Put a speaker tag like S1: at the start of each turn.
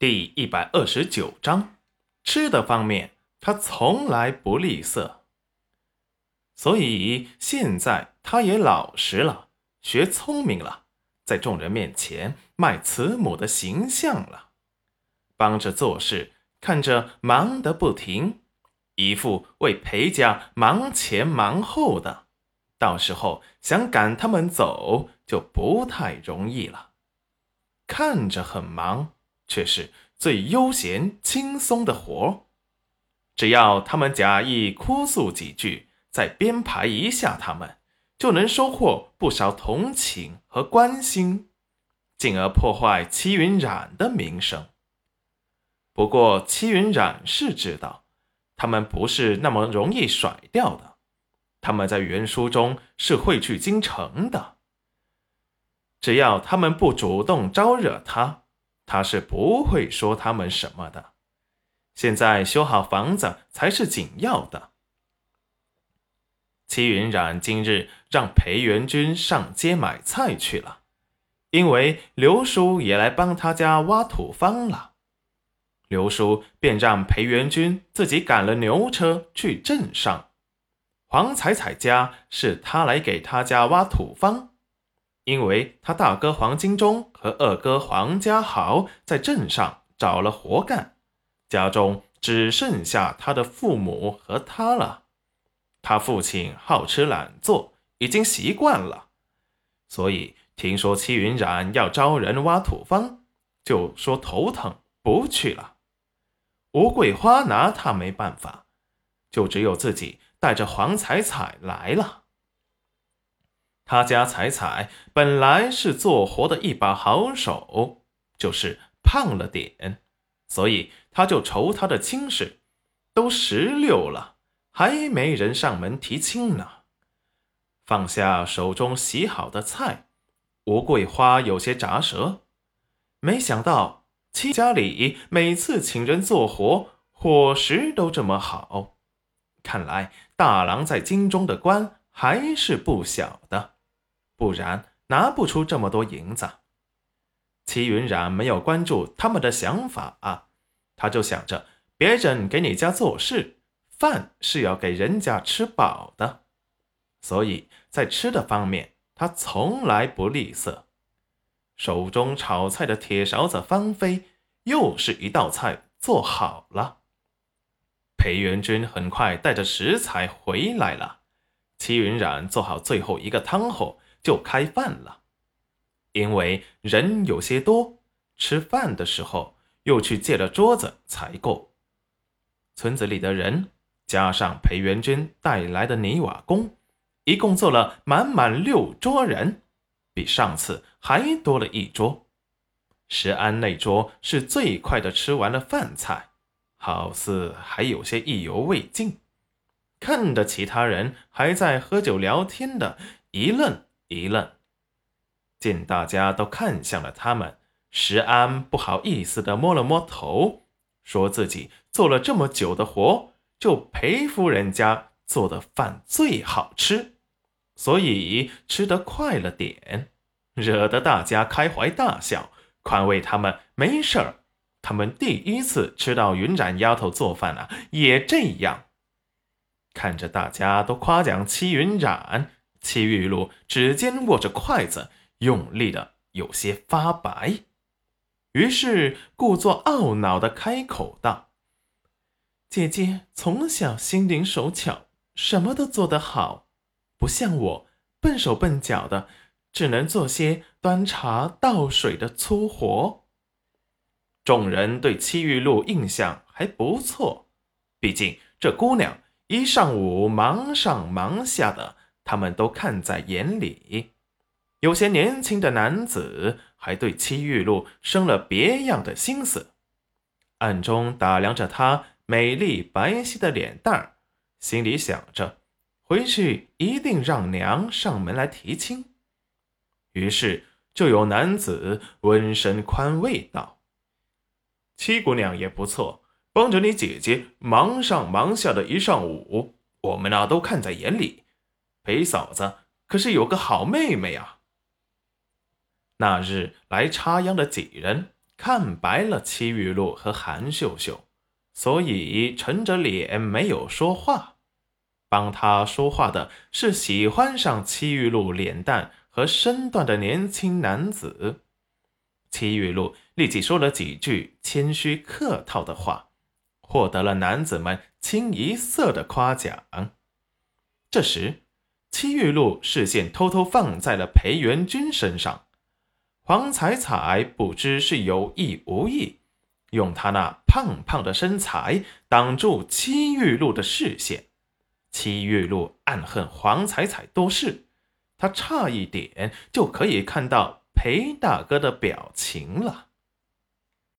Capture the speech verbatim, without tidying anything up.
S1: 第一百二十九章，吃的方面，他从来不吝啬。所以现在他也老实了，学聪明了，在众人面前卖慈母的形象了，帮着做事，看着忙得不停，一副为裴家忙前忙后的，到时候想赶他们走就不太容易了。看着很忙，却是最悠闲轻松的活，只要他们假意哭诉几句，再编排一下他们，就能收获不少同情和关心，进而破坏戚云染的名声。不过戚云染是知道，他们不是那么容易甩掉的，他们在原书中是会去京城的，只要他们不主动招惹他，他是不会说他们什么的。现在修好房子才是紧要的。戚云染今日让裴元君上街买菜去了，因为刘叔也来帮他家挖土方了。刘叔便让裴元君自己赶了牛车去镇上。黄彩彩家是他来给他家挖土方，因为他大哥黄金忠和二哥黄家豪在镇上找了活干，家中只剩下他的父母和他了。他父亲好吃懒做，已经习惯了，所以听说戚云染要招人挖土方，就说头疼不去了。吴桂花拿他没办法，就只有自己带着黄彩彩来了。他家彩彩本来是做活的一把好手，就是胖了点，所以他就愁他的亲事，都十六了，还没人上门提亲呢。放下手中洗好的菜，吴桂花有些咂舌，没想到戚家里每次请人做活，伙食都这么好，看来大郎在京中的官还是不小的，不然拿不出这么多银子。戚云染没有关注他们的想法啊，他就想着别人给你家做事，饭是要给人家吃饱的，所以在吃的方面他从来不吝啬。手中炒菜的铁勺子翻飞，又是一道菜做好了。裴元君很快带着食材回来了，戚云染做好最后一个汤后就开饭了。因为人有些多，吃饭的时候又去借了桌子才够。村子里的人加上裴元君带来的泥瓦工，一共做了满满六桌人，比上次还多了一桌。石安那桌是最快的吃完了饭菜，好似还有些意犹未尽，看得其他人还在喝酒聊天的一愣一愣。见大家都看向了他们，石安不好意思地摸了摸头，说自己做了这么久的活，就裴夫人家做的饭最好吃，所以吃得快了点，惹得大家开怀大笑，宽慰他们没事儿，他们第一次吃到云染丫头做饭啊，也这样。看着大家都夸奖戚云染，戚玉露指尖握着筷子，用力的有些发白，于是故作懊恼的开口道：姐姐从小心灵手巧，什么都做得好，不像我笨手笨脚的，只能做些端茶倒水的粗活。众人对戚玉露印象还不错，毕竟这姑娘一上午忙上忙下的，他们都看在眼里。有些年轻的男子还对戚玉露生了别样的心思，暗中打量着她美丽白皙的脸蛋儿，心里想着回去一定让娘上门来提亲。于是就有男子温声宽慰道：戚姑娘也不错，帮着你姐姐忙上忙下的一上午，我们啊都看在眼里。裴嫂子可是有个好妹妹啊。那日来插秧的几人看白了戚玉露和韩秀秀，所以沉着脸没有说话。帮他说话的是喜欢上戚玉露脸蛋和身段的年轻男子。戚玉露立即说了几句谦虚客套的话，获得了男子们清一色的夸奖。这时，戚玉露视线偷偷放在了裴元君身上。黄彩彩不知是有意无意，用她那胖胖的身材挡住戚玉露的视线。戚玉露暗恨黄彩彩多事，她差一点就可以看到裴大哥的表情了。